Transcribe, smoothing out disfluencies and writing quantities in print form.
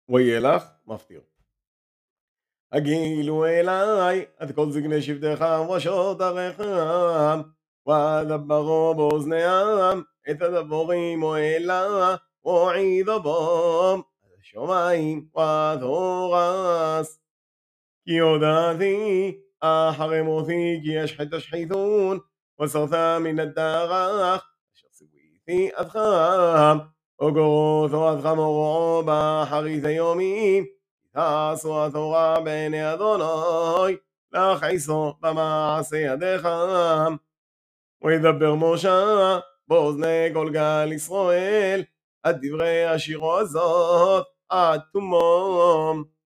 וילך מפטיר. הגילו אליי עד כל זקני שבטך וראשות עריכם, ודברו באוזניהם את הדבורים האלה, והועידו בם על השמיים ותורס. כי הודעתי אחרי מותי כי יש חטא השחיתות, וסרת מן הדרך אשר ציוויתי אתכם, וגורות תורתכם ורעו באחרית היומים, תעשו התורה בעיני אדוני, להכעיסו במעשה ידיכם. וידבר משה באוזני כל גל ישראל, עד דברי השירו הזאת עד תומם.